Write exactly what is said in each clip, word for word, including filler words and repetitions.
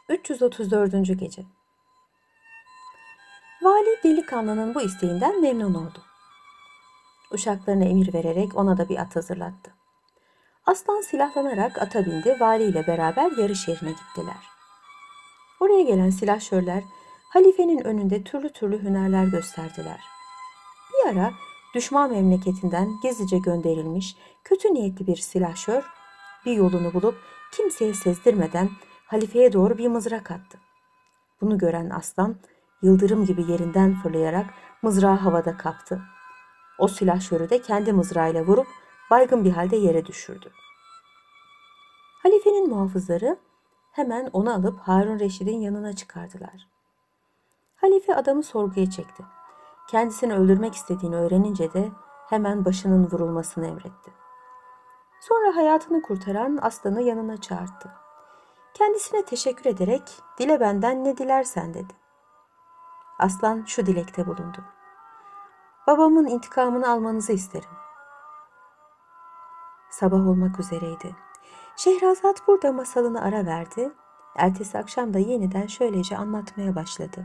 üç yüz otuz dördüncü. Gece. Vali delikanlının bu isteğinden memnun oldu. Uşaklarına emir vererek ona da bir at hazırlattı. Aslan silahlanarak ata bindi, valiyle beraber yarış yerine gittiler. Oraya gelen silahşörler halifenin önünde türlü türlü hünerler gösterdiler. Bir ara düşman memleketinden gizlice gönderilmiş kötü niyetli bir silahşör bir yolunu bulup kimseye sezdirmeden halifeye doğru bir mızrak attı. Bunu gören aslan yıldırım gibi yerinden fırlayarak mızrağı havada kaptı. O silahşörü de kendi mızrağıyla vurup baygın bir halde yere düşürdü. Halifenin muhafızları hemen onu alıp Harun Reşid'in yanına çıkardılar. Halife adamı sorguya çekti. Kendisini öldürmek istediğini öğrenince de hemen başının vurulmasını emretti. Sonra hayatını kurtaran aslanı yanına çağırdı. Kendisine teşekkür ederek "Dile benden ne dilersen" dedi. Aslan şu dilekte bulundu: "Babamın intikamını almanızı isterim." Sabah olmak üzereydi. Şehrazat burada masalını ara verdi. Ertesi akşam da yeniden şöylece anlatmaya başladı.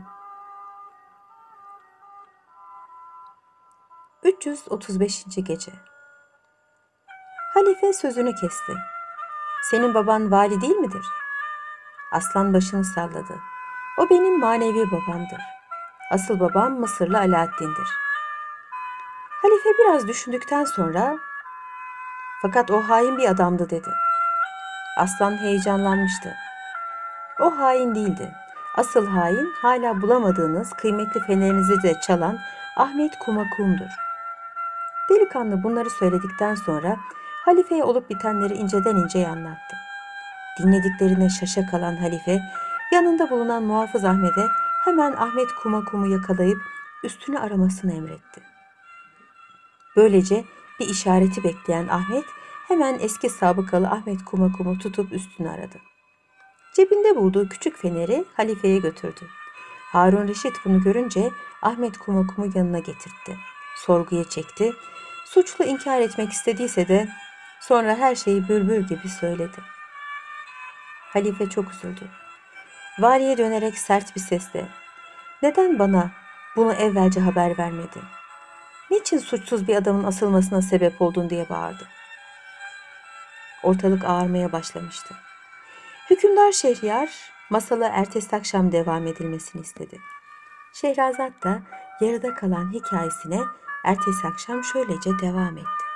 üç yüz otuz beşinci. Gece. Halife sözünü kesti. "Senin baban vali değil midir?" Aslan başını salladı. "O benim manevi babamdır. Asıl babam Mısırlı Alaaddin'dir." Halife biraz düşündükten sonra "Fakat o hain bir adamdı" dedi. Aslan heyecanlanmıştı. "O hain değildi. Asıl hain hala bulamadığınız kıymetli fenerinizi de çalan Ahmet Kumakun'dur." Delikanlı bunları söyledikten sonra halifeye olup bitenleri inceden inceye anlattı. Dinlediklerine şaşa kalan halife yanında bulunan muhafız Ahmet'e hemen Ahmet Kumakum'u yakalayıp üstünü aramasını emretti. Böylece bir işareti bekleyen Ahmet hemen eski sabıkalı Ahmet Kumakum'u tutup üstünü aradı. Cebinde bulduğu küçük feneri halifeye götürdü. Harun Reşit bunu görünce Ahmet Kumakum'u yanına getirtti. Sorguya çekti. Suçlu inkar etmek istediyse de sonra her şeyi bülbül gibi söyledi. Halife çok üzüldü. Valiye dönerek sert bir sesle "Neden bana bunu evvelce haber vermedin? Niçin suçsuz bir adamın asılmasına sebep oldun?" diye bağırdı. Ortalık ağarmaya başlamıştı. Hükümdar Şehriyar masala ertesi akşam devam edilmesini istedi. Şehrazat da yarıda kalan hikayesine ertesi akşam şöylece devam etti.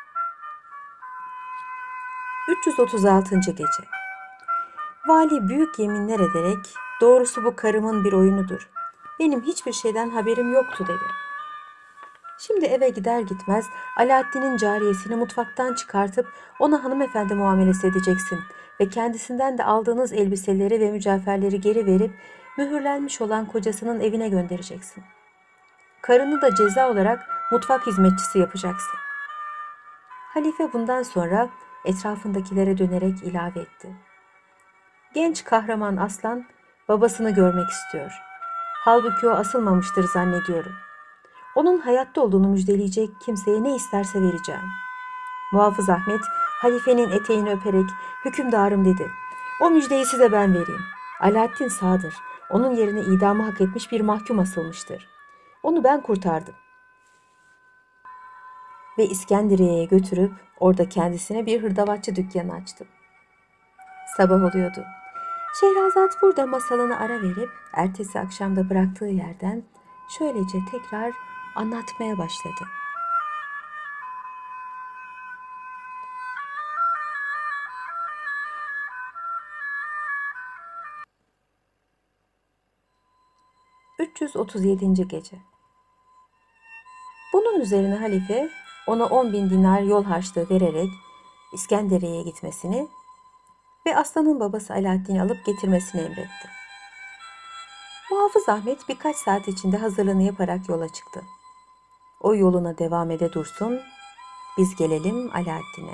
üç yüz otuz altıncı. Gece. Vali büyük yeminler ederek "Doğrusu bu karımın bir oyunudur. Benim hiçbir şeyden haberim yoktu" dedi. Şimdi eve gider gitmez Alaaddin'in cariyesini mutfaktan çıkartıp ona hanımefendi muamelesi edeceksin ve kendisinden de aldığınız elbiseleri ve mücevherleri geri verip mühürlenmiş olan kocasının evine göndereceksin. Karını da ceza olarak mutfak hizmetçisi yapacaksın. Halife bundan sonra etrafındakilere dönerek ilave etti. Genç kahraman aslan babasını görmek istiyor. Halbuki o asılmamıştır zannediyorum. Onun hayatta olduğunu müjdeleyecek kimseye ne isterse vereceğim. Muhafız Ahmet halifenin eteğini öperek "Hükümdarım" dedi. "O müjdeyi size ben vereyim. Alaaddin sağdır. Onun yerine idamı hak etmiş bir mahkum asılmıştır. Onu ben kurtardım." Ve İskenderiye'ye götürüp orada kendisine bir hırdavatçı dükkanı açtım. Sabah oluyordu. Şehrazat burada masalını ara verip ertesi akşamda bıraktığı yerden şöylece tekrar anlatmaya başladı. üç yüz otuz yedinci. Gece. Bunun üzerine halife ona on bin dinar yol harçlığı vererek İskenderiye'ye gitmesini ve aslanın babası Alaaddin'i alıp getirmesini emretti. Muhafız Ahmet birkaç saat içinde hazırlığını yaparak yola çıktı. O yoluna devam ede dursun, biz gelelim Alaaddin'e.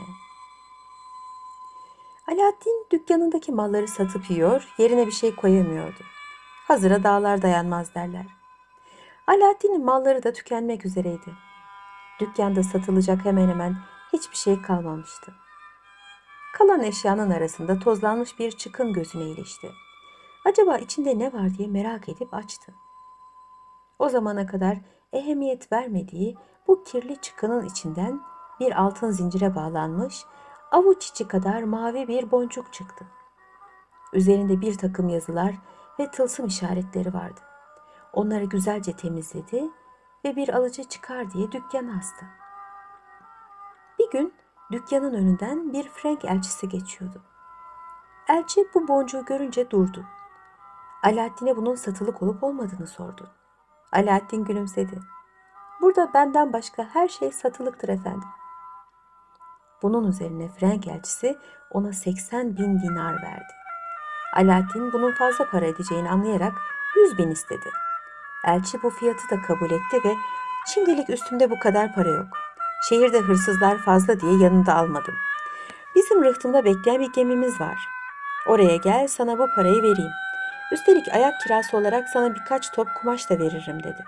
Alaaddin dükkanındaki malları satıp yiyor, yerine bir şey koyamıyordu. Hazıra dağlar dayanmaz derler. Alaaddin'in malları da tükenmek üzereydi. Dükkanda satılacak hemen hemen hiçbir şey kalmamıştı. Kalan eşyanın arasında tozlanmış bir çıkın gözüne ilişti. Acaba içinde ne var diye merak edip açtı. O zamana kadar ehemmiyet vermediği bu kirli çıkının içinden bir altın zincire bağlanmış, avuç içi kadar mavi bir boncuk çıktı. Üzerinde bir takım yazılar ve tılsım işaretleri vardı. Onları güzelce temizledi ve bir alıcı çıkar diye dükkana astı. Bir gün dükkanın önünden bir Frank elçisi geçiyordu. Elçi bu boncuğu görünce durdu. Alaaddin'e bunun satılık olup olmadığını sordu. Alaaddin gülümsedi. Burada benden başka her şey satılıktır efendim. Bunun üzerine Frank elçisi ona seksen bin dinar verdi. Alaaddin bunun fazla para edeceğini anlayarak yüz bin istedi. Elçi bu fiyatı da kabul etti ve şimdilik üstümde bu kadar para yok. Şehirde hırsızlar fazla diye yanında almadım. Bizim rıhtımda bekleyen bir gemimiz var. Oraya gel, sana bu parayı vereyim. Üstelik ayak kirası olarak sana birkaç top kumaş da veririm dedi.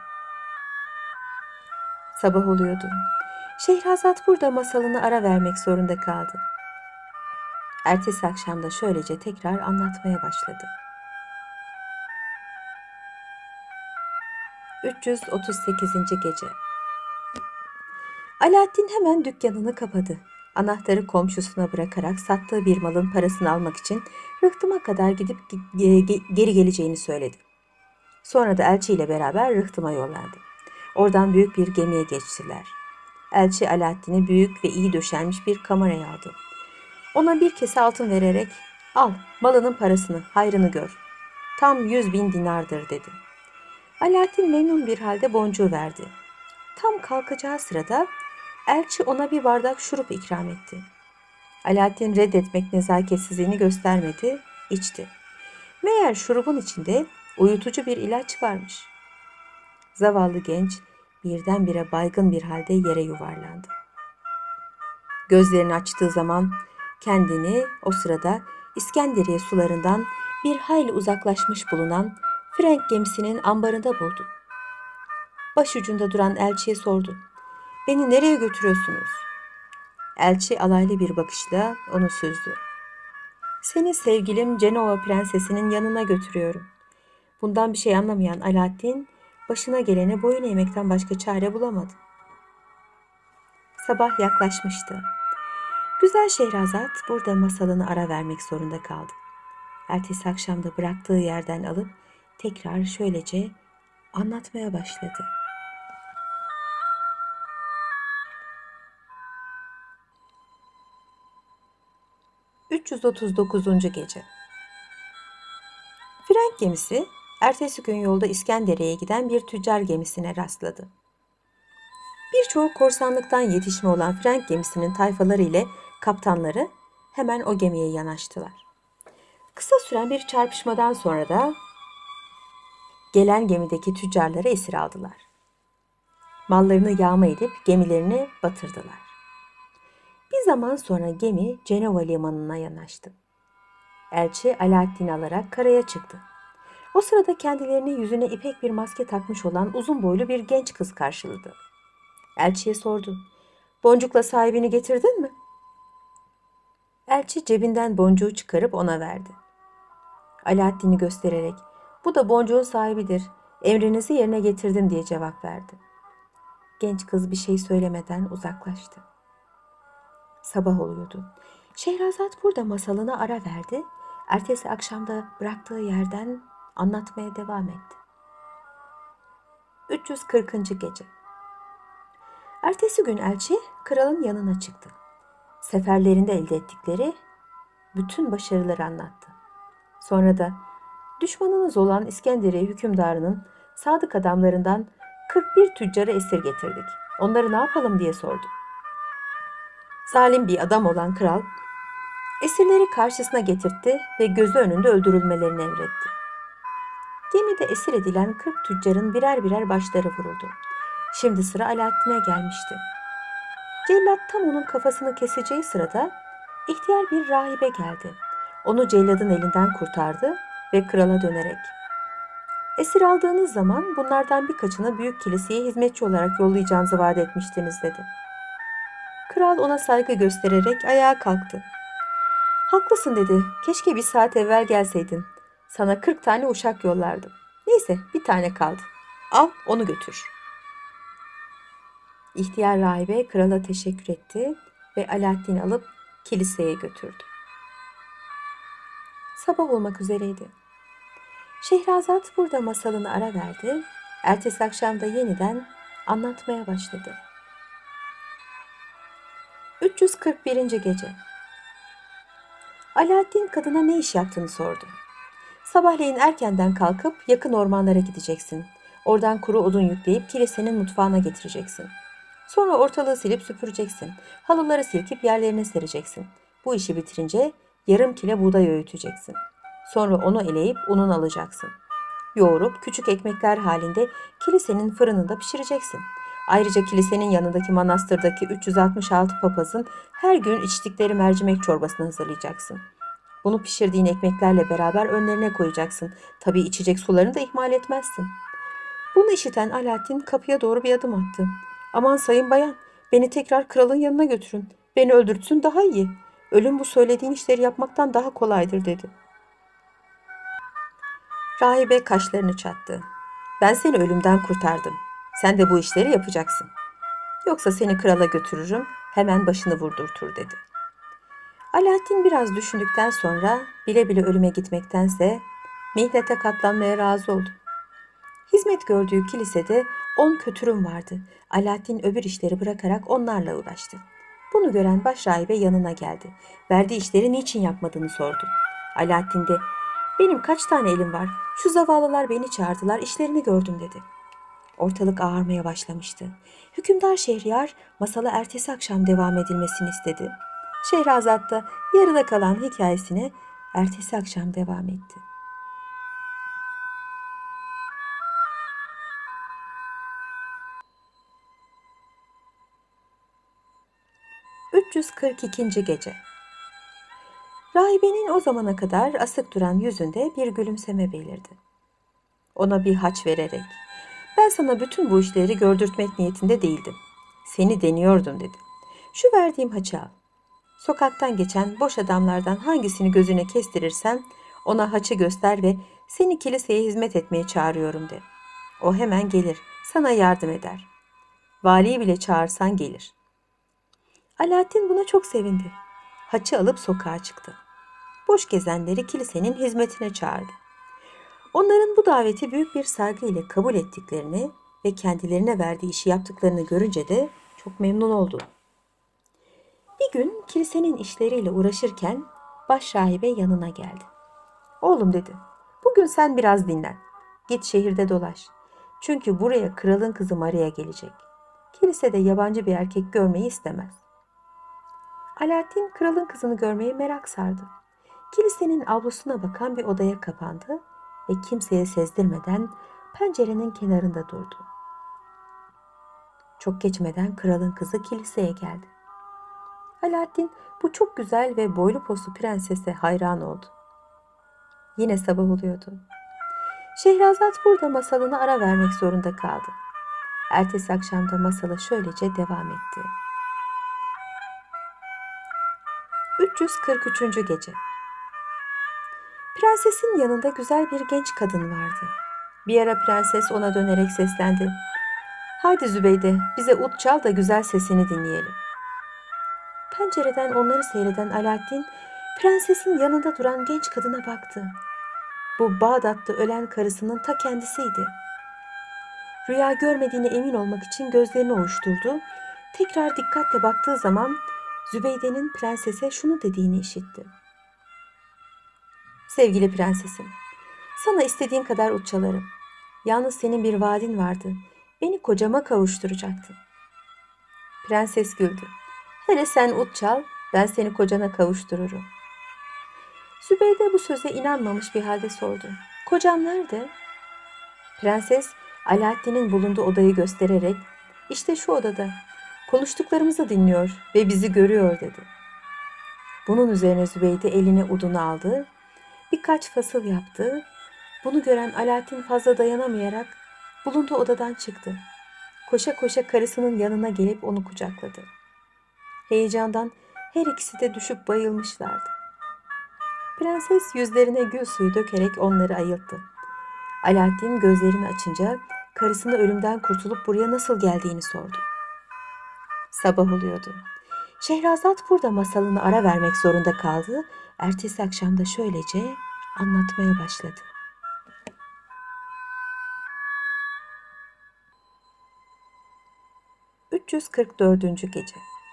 Sabah oluyordu. Şehrazat burada masalını ara vermek zorunda kaldı. Ertesi akşam da şöylece tekrar anlatmaya başladı. üç yüz otuz sekizinci gece. Alaaddin hemen dükkanını kapadı. Anahtarı komşusuna bırakarak sattığı bir malın parasını almak için rıhtıma kadar gidip geri geleceğini söyledi. Sonra da elçi ile beraber rıhtıma yollandı. Oradan büyük bir gemiye geçtiler. Elçi Alaaddin'i büyük ve iyi döşenmiş bir kameraya aldı. Ona bir kese altın vererek al malının parasını, hayrını gör. Tam yüz bin dinardır dedi. Alaaddin memnun bir halde boncuğu verdi. Tam kalkacağı sırada elçi ona bir bardak şurup ikram etti. Alaaddin reddetmek nezaketsizliğini göstermedi, içti. Meğer şurubun içinde uyutucu bir ilaç varmış. Zavallı genç birdenbire baygın bir halde yere yuvarlandı. Gözlerini açtığı zaman kendini o sırada İskenderiye sularından bir hayli uzaklaşmış bulunan Frank gemisinin ambarında buldu. Başucunda duran elçiye sordu. Beni nereye götürüyorsunuz? Elçi alaylı bir bakışla onu süzdü. Seni sevgilim Cenova prensesinin yanına götürüyorum. Bundan bir şey anlamayan Alaaddin başına gelene boyun eğmekten başka çare bulamadı. Sabah yaklaşmıştı. Güzel Şehrazat burada masalını ara vermek zorunda kaldı. Ertesi akşam da bıraktığı yerden alıp tekrar şöylece anlatmaya başladı. üç yüz otuz dokuzuncu gece. Frank gemisi ertesi gün yolda İskenderiye'ye giden bir tüccar gemisine rastladı. Birçoğu korsanlıktan yetişme olan Frank gemisinin tayfaları ile kaptanları hemen o gemiye yanaştılar. Kısa süren bir çarpışmadan sonra da gelen gemideki tüccarları esir aldılar. Mallarını yağma edip gemilerini batırdılar. Bir zaman sonra gemi Cenova limanına yanaştı. Elçi Alaaddin'i alarak karaya çıktı. O sırada kendilerini yüzüne ipek bir maske takmış olan uzun boylu bir genç kız karşıladı. Elçiye sordu. Boncukla sahibini getirdin mi? Elçi cebinden boncuğu çıkarıp ona verdi. Alaaddin'i göstererek bu da boncuğun sahibidir. Emrinizi yerine getirdim diye cevap verdi. Genç kız bir şey söylemeden uzaklaştı. Sabah oluyordu. Şehrazat burada masalına ara verdi. Ertesi akşamda bıraktığı yerden anlatmaya devam etti. üç yüz kırkıncı gece. Ertesi gün elçi kralın yanına çıktı. Seferlerinde elde ettikleri bütün başarıları anlattı. Sonra da düşmanınız olan İskenderiye hükümdarının sadık adamlarından kırk bir tüccarı esir getirdik. Onları ne yapalım diye sordu. Zalim bir adam olan kral esirleri karşısına getirtti ve gözü önünde öldürülmelerini emretti. Gemide esir edilen kırk tüccarın birer birer başları vuruldu. Şimdi sıra Alaaddin'e gelmişti. Cellat tam onun kafasını keseceği sırada ihtiyar bir rahibe geldi. Onu celladın elinden kurtardı ve krala dönerek esir aldığınız zaman bunlardan birkaçını büyük kiliseye hizmetçi olarak yollayacağınızı vaat etmiştiniz dedi. Kral ona saygı göstererek ayağa kalktı. Haklısın dedi. Keşke bir saat evvel gelseydin. Sana kırk tane uşak yollardım. Neyse, bir tane kaldı. Al, onu götür. İhtiyar rahibe krala teşekkür etti ve Alaaddin'i alıp kiliseye götürdü. Sabah olmak üzereydi. Şehrazat burada masalını ara verdi. Ertesi akşam da yeniden anlatmaya başladı. üç yüz kırk birinci. Gece. Alaaddin kadına ne iş yaptığını sordu. Sabahleyin erkenden kalkıp yakın ormanlara gideceksin. Oradan kuru odun yükleyip kilisenin mutfağına getireceksin. Sonra ortalığı silip süpüreceksin. Halıları silkip yerlerine sereceksin. Bu işi bitirince yarım kile buğday öğüteceksin. Sonra onu eleyip unun alacaksın. Yoğurup küçük ekmekler halinde kilisenin fırınında pişireceksin. Ayrıca kilisenin yanındaki manastırdaki üç yüz altmış altı papazın her gün içtikleri mercimek çorbasını hazırlayacaksın. Bunu pişirdiğin ekmeklerle beraber önlerine koyacaksın. Tabii içecek sularını da ihmal etmezsin. Bunu işiten Alaaddin kapıya doğru bir adım attı. Aman sayın bayan, beni tekrar kralın yanına götürün. Beni öldürtsün daha iyi. Ölüm bu söylediğin işleri yapmaktan daha kolaydır dedi. Rahibe kaşlarını çattı. Ben seni ölümden kurtardım. Sen de bu işleri yapacaksın. Yoksa seni krala götürürüm, hemen başını vurdurtur dedi. Alaaddin biraz düşündükten sonra bile bile ölüme gitmektense mihnete katlanmaya razı oldu. Hizmet gördüğü kilisede on kötürüm vardı. Alaaddin öbür işleri bırakarak onlarla uğraştı. Bunu gören başrahibe yanına geldi. Verdiği işleri niçin yapmadığını sordu. Alaaddin de benim kaç tane elim var? Şu zavallılar beni çağırdılar, işlerini gördüm dedi. Ortalık ağarmaya başlamıştı. Hükümdar Şehriyar masala ertesi akşam devam edilmesini istedi. Şehrazat da yarıda kalan hikayesine ertesi akşam devam etti. üç yüz kırk ikinci. Gece. Rahibenin o zamana kadar asık duran yüzünde bir gülümseme belirdi. Ona bir haç vererek, ben sana bütün bu işleri gördürtmek niyetinde değildim. Seni deniyordum dedi. Şu verdiğim haçı al. Sokaktan geçen boş adamlardan hangisini gözüne kestirirsen ona haçı göster ve seni kiliseye hizmet etmeye çağırıyorum de. O hemen gelir, sana yardım eder. Valiyi bile çağırsan gelir. Alaaddin buna çok sevindi. Haçı alıp sokağa çıktı. Boş gezenleri kilisenin hizmetine çağırdı. Onların bu daveti büyük bir saygı ile kabul ettiklerini ve kendilerine verdiği işi yaptıklarını görünce de çok memnun oldu. Bir gün kilisenin işleriyle uğraşırken başrahibe yanına geldi. Oğlum dedi, bugün sen biraz dinlen. Git şehirde dolaş. Çünkü buraya kralın kızı Maria gelecek. Kilisede yabancı bir erkek görmeyi istemez. Alaaddin kralın kızını görmeye merak sardı. Kilisenin avlusuna bakan bir odaya kapandı ve kimseye sezdirmeden pencerenin kenarında durdu. Çok geçmeden kralın kızı kiliseye geldi. Alaaddin bu çok güzel ve boylu poslu prensese hayran oldu. Yine sabah oluyordu. Şehrazat burada masalını ara vermek zorunda kaldı. Ertesi akşamda masala şöylece devam etti. üç yüz kırk üçüncü. Gece. Prensesin yanında güzel bir genç kadın vardı. Bir ara prenses ona dönerek seslendi. Haydi Zübeyde, bize ut çal da güzel sesini dinleyelim. Pencereden onları seyreden Alaaddin, prensesin yanında duran genç kadına baktı. Bu Bağdat'ta ölen karısının ta kendisiydi. Rüya görmediğine emin olmak için gözlerini ovuşturdu. Tekrar dikkatle baktığı zaman Zübeyde'nin prensese şunu dediğini işitti. Sevgili prensesim, sana istediğin kadar ut çalarım. Yalnız senin bir vaadin vardı. Beni kocama kavuşturacaktın. Prenses güldü. Hele sen ut çal, ben seni kocana kavuştururum. Zübeyde bu söze inanmamış bir halde sordu. Kocam nerede? Prenses Alaaddin'in bulunduğu odayı göstererek işte şu odada konuştuklarımızı dinliyor ve bizi görüyor dedi. Bunun üzerine Zübeyde eline udunu aldı, birkaç fasıl yaptı. Bunu gören Alaaddin fazla dayanamayarak bulunduğu odadan çıktı. Koşa koşa karısının yanına gelip onu kucakladı. Heyecandan her ikisi de düşüp bayılmışlardı. Prenses yüzlerine gül suyu dökerek onları ayılttı. Alaaddin gözlerini açınca karısına ölümden kurtulup buraya nasıl geldiğini sordu. Sabah oluyordu. Şehrazat burada masalını ara vermek zorunda kaldı. Ertesi akşam da şöylece anlatmaya başladı. üç yüz kırk dördüncü gece.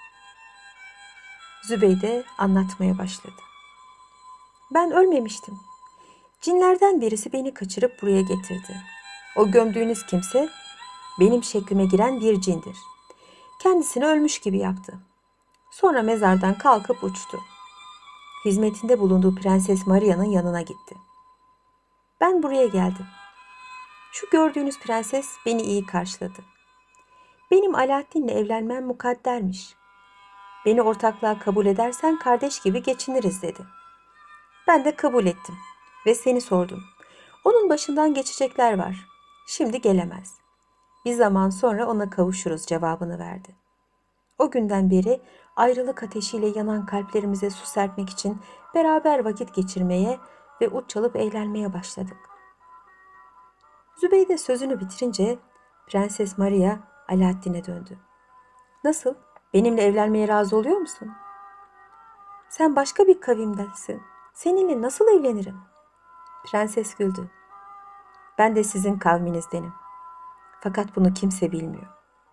Zübeyde anlatmaya başladı. Ben ölmemiştim. Cinlerden birisi beni kaçırıp buraya getirdi. O gömdüğünüz kimse benim şeklime giren bir cindir. Kendisini ölmüş gibi yaptı. Sonra mezardan kalkıp uçtu. Hizmetinde bulunduğu Prenses Maria'nın yanına gitti. Ben buraya geldim. Şu gördüğünüz prenses beni iyi karşıladı. Benim Alaaddin'le evlenmem mukaddermiş. Beni ortaklığa kabul edersen kardeş gibi geçiniriz dedi. Ben de kabul ettim ve seni sordum. Onun başından geçecekler var. Şimdi gelemez. Bir zaman sonra ona kavuşuruz cevabını verdi. O günden beri ayrılık ateşiyle yanan kalplerimize su serpmek için beraber vakit geçirmeye ve ut çalıp eğlenmeye başladık. Zübeyde sözünü bitirince Prenses Maria Alaaddin'e döndü. Nasıl? Benimle evlenmeye razı oluyor musun? Sen başka bir kavimdensin. Seninle nasıl evlenirim? Prenses güldü. Ben de sizin kavminizdenim. Fakat bunu kimse bilmiyor.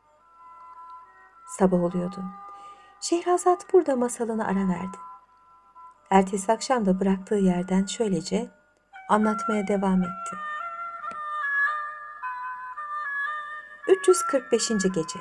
Sabah oluyordu. Şehrazat burada masalını ara verdi. Ertesi akşam da bıraktığı yerden şöylece anlatmaya devam etti. üç yüz kırk beşinci gece.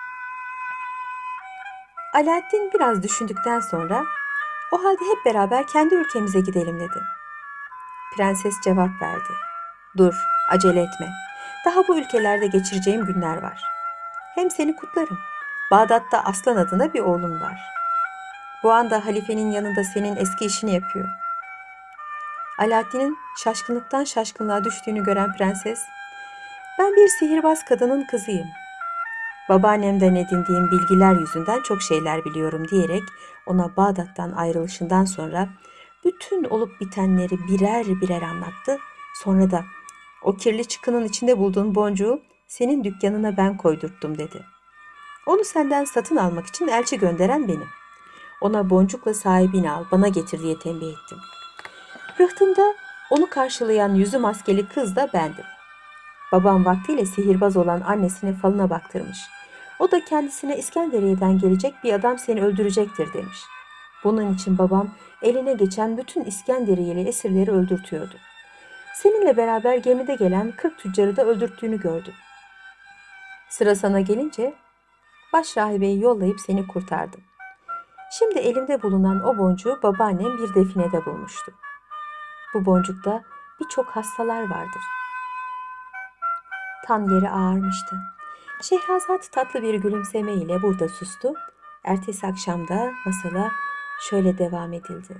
Alaaddin biraz düşündükten sonra o halde hep beraber kendi ülkemize gidelim dedi. Prenses cevap verdi. Dur, acele etme. Daha bu ülkelerde geçireceğim günler var. Hem seni kutlarım. Bağdat'ta Aslan adında bir oğlun var. Bu anda halifenin yanında senin eski işini yapıyor. Alaaddin'in şaşkınlıktan şaşkınlığa düştüğünü gören prenses, ben bir sihirbaz kadının kızıyım. Babaannemden edindiğim bilgiler yüzünden çok şeyler biliyorum diyerek ona Bağdat'tan ayrılışından sonra bütün olup bitenleri birer birer anlattı. Sonra da o kirli çıkının içinde bulduğun boncuğu senin dükkanına ben koydurttum dedi. Onu senden satın almak için elçi gönderen benim. Ona boncukla sahibini al, bana getir diye tembih ettim. Rıhtımda onu karşılayan yüzü maskeli kız da bendim. Babam vaktiyle sihirbaz olan annesine falına baktırmış. O da kendisine İskenderiye'den gelecek bir adam seni öldürecektir demiş. Bunun için babam eline geçen bütün İskenderiyeli esirleri öldürtüyordu. Seninle beraber gemide gelen kırk tüccarı da öldürttüğünü gördüm. Sıra sana gelince başrahibeyi yollayıp seni kurtardım. Şimdi elimde bulunan o boncuğu babaannem bir definede bulmuştu. Bu boncukta birçok hastalar vardır. Tan yeri ağarmıştı. Şehrazat tatlı bir gülümseme ile burada sustu. Ertesi akşamda masala şöyle devam edildi.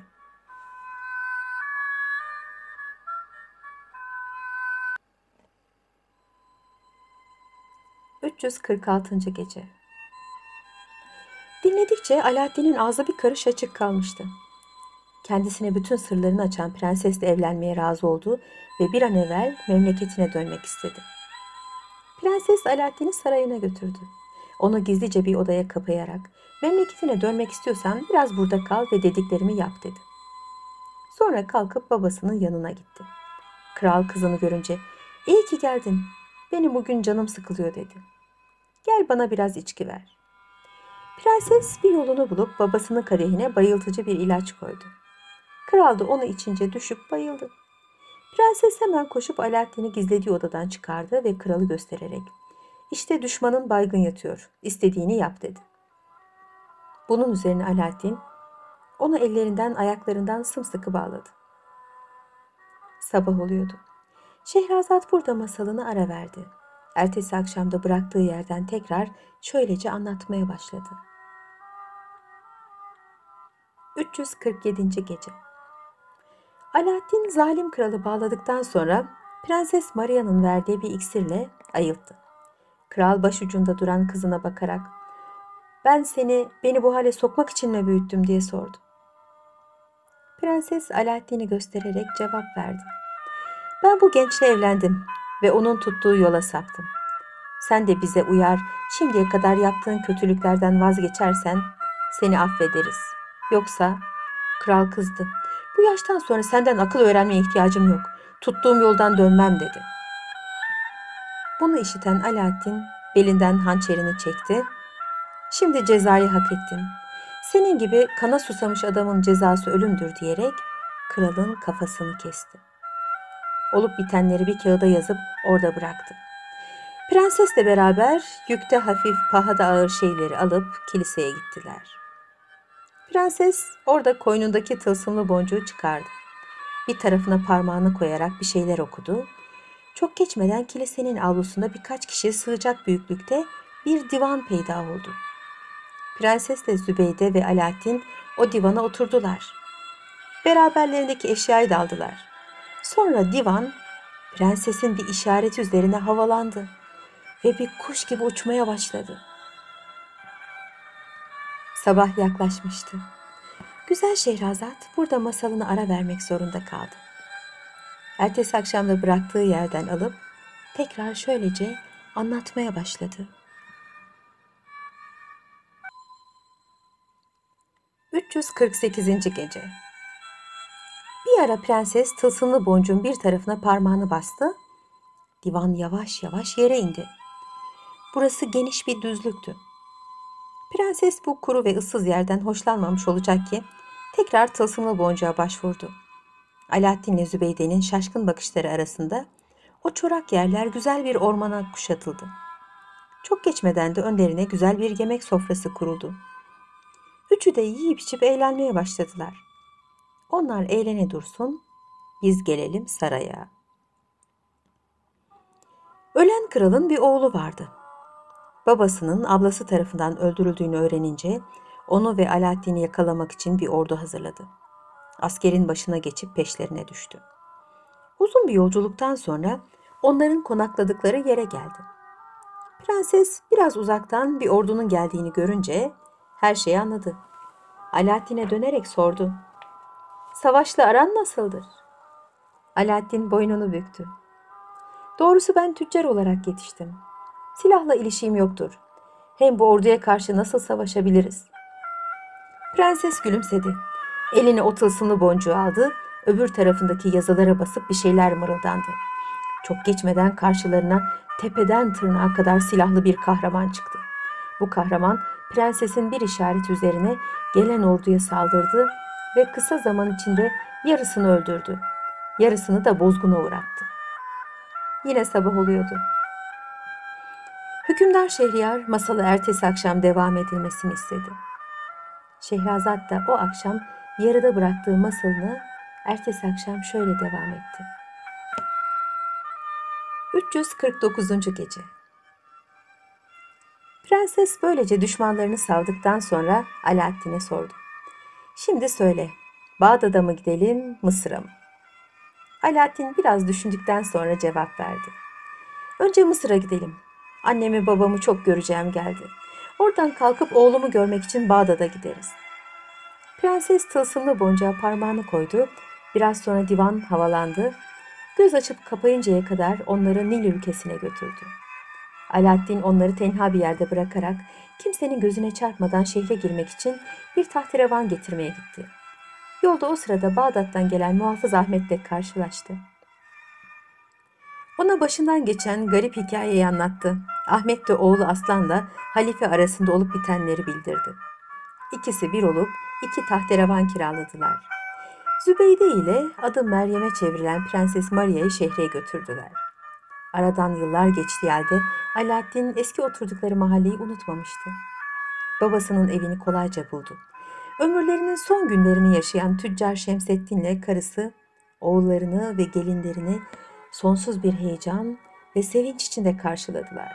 üç yüz kırk altıncı gece. Dinledikçe Alaaddin'in ağzı bir karış açık kalmıştı. Kendisine bütün sırlarını açan prensesle evlenmeye razı oldu ve bir an evvel memleketine dönmek istedi. Prenses Alaaddin'i sarayına götürdü. Onu gizlice bir odaya kapayarak memleketine dönmek istiyorsan biraz burada kal ve dediklerimi yap dedi. Sonra kalkıp babasının yanına gitti. Kral kızını görünce iyi ki geldin. Benim bugün canım sıkılıyor dedi. Gel bana biraz içki ver. Prenses bir yolunu bulup babasının kadehine bayıltıcı bir ilaç koydu. Kral da onu içince düşüp bayıldı. Prenses hemen koşup Alaaddin'i gizlediği odadan çıkardı ve kralı göstererek İşte düşmanın baygın yatıyor, istediğini yap dedi. Bunun üzerine Alaaddin onu ellerinden ayaklarından sımsıkı bağladı. Sabah oluyordu. Şehrazat burada masalını ara verdi. Ertesi akşamda bıraktığı yerden tekrar şöylece anlatmaya başladı. üç yüz kırk yedinci gece. Alaaddin zalim kralı bağladıktan sonra Prenses Maria'nın verdiği bir iksirle ayılttı. Kral başucunda duran kızına bakarak ben seni beni bu hale sokmak için mi büyüttüm diye sordu. Prenses Alaaddin'i göstererek cevap verdi. Ben bu gençle evlendim ve onun tuttuğu yola saptım. Sen de bize uyar, şimdiye kadar yaptığın kötülüklerden vazgeçersen seni affederiz. Yoksa kral kızdı. Bu yaştan sonra senden akıl öğrenmeye ihtiyacım yok. Tuttuğum yoldan dönmem dedi. Bunu işiten Alaaddin belinden hançerini çekti. Şimdi cezayı hak ettin. Senin gibi kana susamış adamın cezası ölümdür diyerek kralın kafasını kesti. Olup bitenleri bir kağıda yazıp orada bıraktı. Prensesle beraber yükte hafif, pahada ağır şeyleri alıp kiliseye gittiler. Prenses orada koynundaki tılsımlı boncuğu çıkardı. Bir tarafına parmağını koyarak bir şeyler okudu. Çok geçmeden kilisenin avlusunda birkaç kişi sığacak büyüklükte bir divan peyda oldu. Prensesle Zübeyde ve Alaaddin o divana oturdular. Beraberlerindeki eşyayı da aldılar. Sonra divan prensesin bir işareti üzerine havalandı ve bir kuş gibi uçmaya başladı. Sabah yaklaşmıştı. Güzel Şehrazat burada masalına ara vermek zorunda kaldı. Ertesi akşam da bıraktığı yerden alıp tekrar şöylece anlatmaya başladı. üç yüz kırk sekizinci. Gece. Bir ara prenses tılsımlı boncuğun bir tarafına parmağını bastı. Divan yavaş yavaş yere indi. Burası geniş bir düzlüktü. Prenses bu kuru ve ıssız yerden hoşlanmamış olacak ki tekrar tılsımlı boncuğa başvurdu. Alaaddin ile Zübeyde'nin şaşkın bakışları arasında o çorak yerler güzel bir ormana kuşatıldı. Çok geçmeden de önlerine güzel bir yemek sofrası kuruldu. Üçü de yiyip içip eğlenmeye başladılar. Onlar eğlene dursun, biz gelelim saraya. Ölen kralın bir oğlu vardı. Babasının ablası tarafından öldürüldüğünü öğrenince onu ve Alaaddin'i yakalamak için bir ordu hazırladı. Askerin başına geçip peşlerine düştü. Uzun bir yolculuktan sonra onların konakladıkları yere geldi. Prenses biraz uzaktan bir ordunun geldiğini görünce her şeyi anladı. Alaaddin'e dönerek sordu. Savaşla aran nasıldır? Alaaddin boynunu büktü. Doğrusu ben tüccar olarak yetiştim. Silahla ilişiğim yoktur. Hem bu orduya karşı nasıl savaşabiliriz? Prenses gülümsedi. Eline o tılsımlı boncuğu aldı, öbür tarafındaki yazılara basıp bir şeyler mırıldandı. Çok geçmeden karşılarına tepeden tırnağa kadar silahlı bir kahraman çıktı. Bu kahraman prensesin bir işaret üzerine gelen orduya saldırdı ve kısa zaman içinde yarısını öldürdü. Yarısını da bozguna uğrattı. Yine sabah oluyordu. Hükümdar Şehriyar masalı ertesi akşam devam edilmesini istedi. Şehrazat da o akşam yarıda bıraktığı masalını ertesi akşam şöyle devam etti. üç yüz kırk dokuzuncu. Gece. Prenses böylece düşmanlarını savdıktan sonra Alaaddin'e sordu. Şimdi söyle, Bağdat'a mı gidelim, Mısır'a mı? Alaaddin biraz düşündükten sonra cevap verdi. Önce Mısır'a gidelim. Annemi babamı çok göreceğim geldi. Oradan kalkıp oğlumu görmek için Bağdat'a gideriz. Prenses tılsımlı boncuğa parmağını koydu. Biraz sonra divan havalandı. Göz açıp kapayıncaya kadar onları Nil ülkesine götürdü. Alaaddin onları tenha bir yerde bırakarak kimsenin gözüne çarpmadan şehre girmek için bir tahterevan getirmeye gitti. Yolda o sırada Bağdat'tan gelen Muhafız Ahmet'le karşılaştı. Ona başından geçen garip hikayeyi anlattı. Ahmet de oğlu Aslan'la halife arasında olup bitenleri bildirdi. İkisi bir olup iki tahterevan kiraladılar. Zübeyde ile adı Meryem'e çevrilen Prenses Maria'yı şehre götürdüler. Aradan yıllar geçtiği halde Alaaddin eski oturdukları mahalleyi unutmamıştı. Babasının evini kolayca buldu. Ömürlerinin son günlerini yaşayan tüccar Şemseddin'le karısı oğullarını ve gelinlerini sonsuz bir heyecan ve sevinç içinde karşıladılar.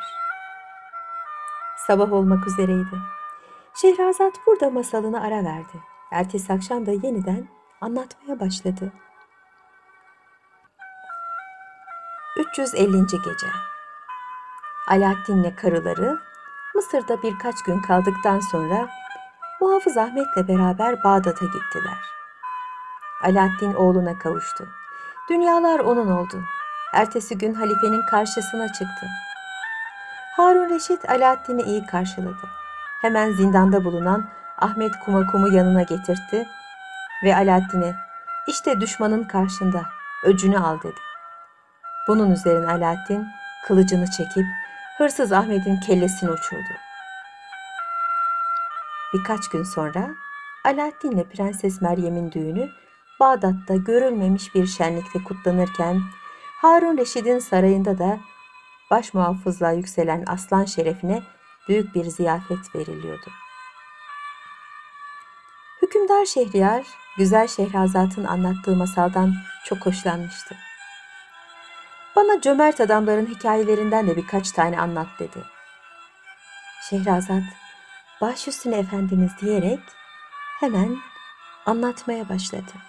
Sabah olmak üzereydi. Şehrazat burada masalını ara verdi. Ertesi akşam da yeniden anlatmaya başladı. üç yüz ellinci. Gece. Alaaddin'le karıları Mısır'da birkaç gün kaldıktan sonra Muhafız Ahmet'le beraber Bağdat'a gittiler. Alaaddin oğluna kavuştu. Dünyalar onun oldu. Ertesi gün halifenin karşısına çıktı. Harun Reşit Alaaddin'i iyi karşıladı. Hemen zindanda bulunan Ahmet Kumakum'u yanına getirtti ve Alaaddin'e "İşte düşmanın karşında, öcünü al" dedi. Bunun üzerine Alaaddin kılıcını çekip hırsız Ahmet'in kellesini uçurdu. Birkaç gün sonra Alaaddin ile Prenses Meryem'in düğünü Bağdat'ta görülmemiş bir şenlikte kutlanırken Harun Reşid'in sarayında da başmuhafızlığa yükselen aslan şerefine büyük bir ziyafet veriliyordu. Hükümdar Şehriyar, güzel Şehrazat'ın anlattığı masaldan çok hoşlanmıştı. "Bana cömert adamların hikayelerinden de birkaç tane anlat" dedi. Şehrazat, "Baş üstüne efendimiz" diyerek hemen anlatmaya başladı.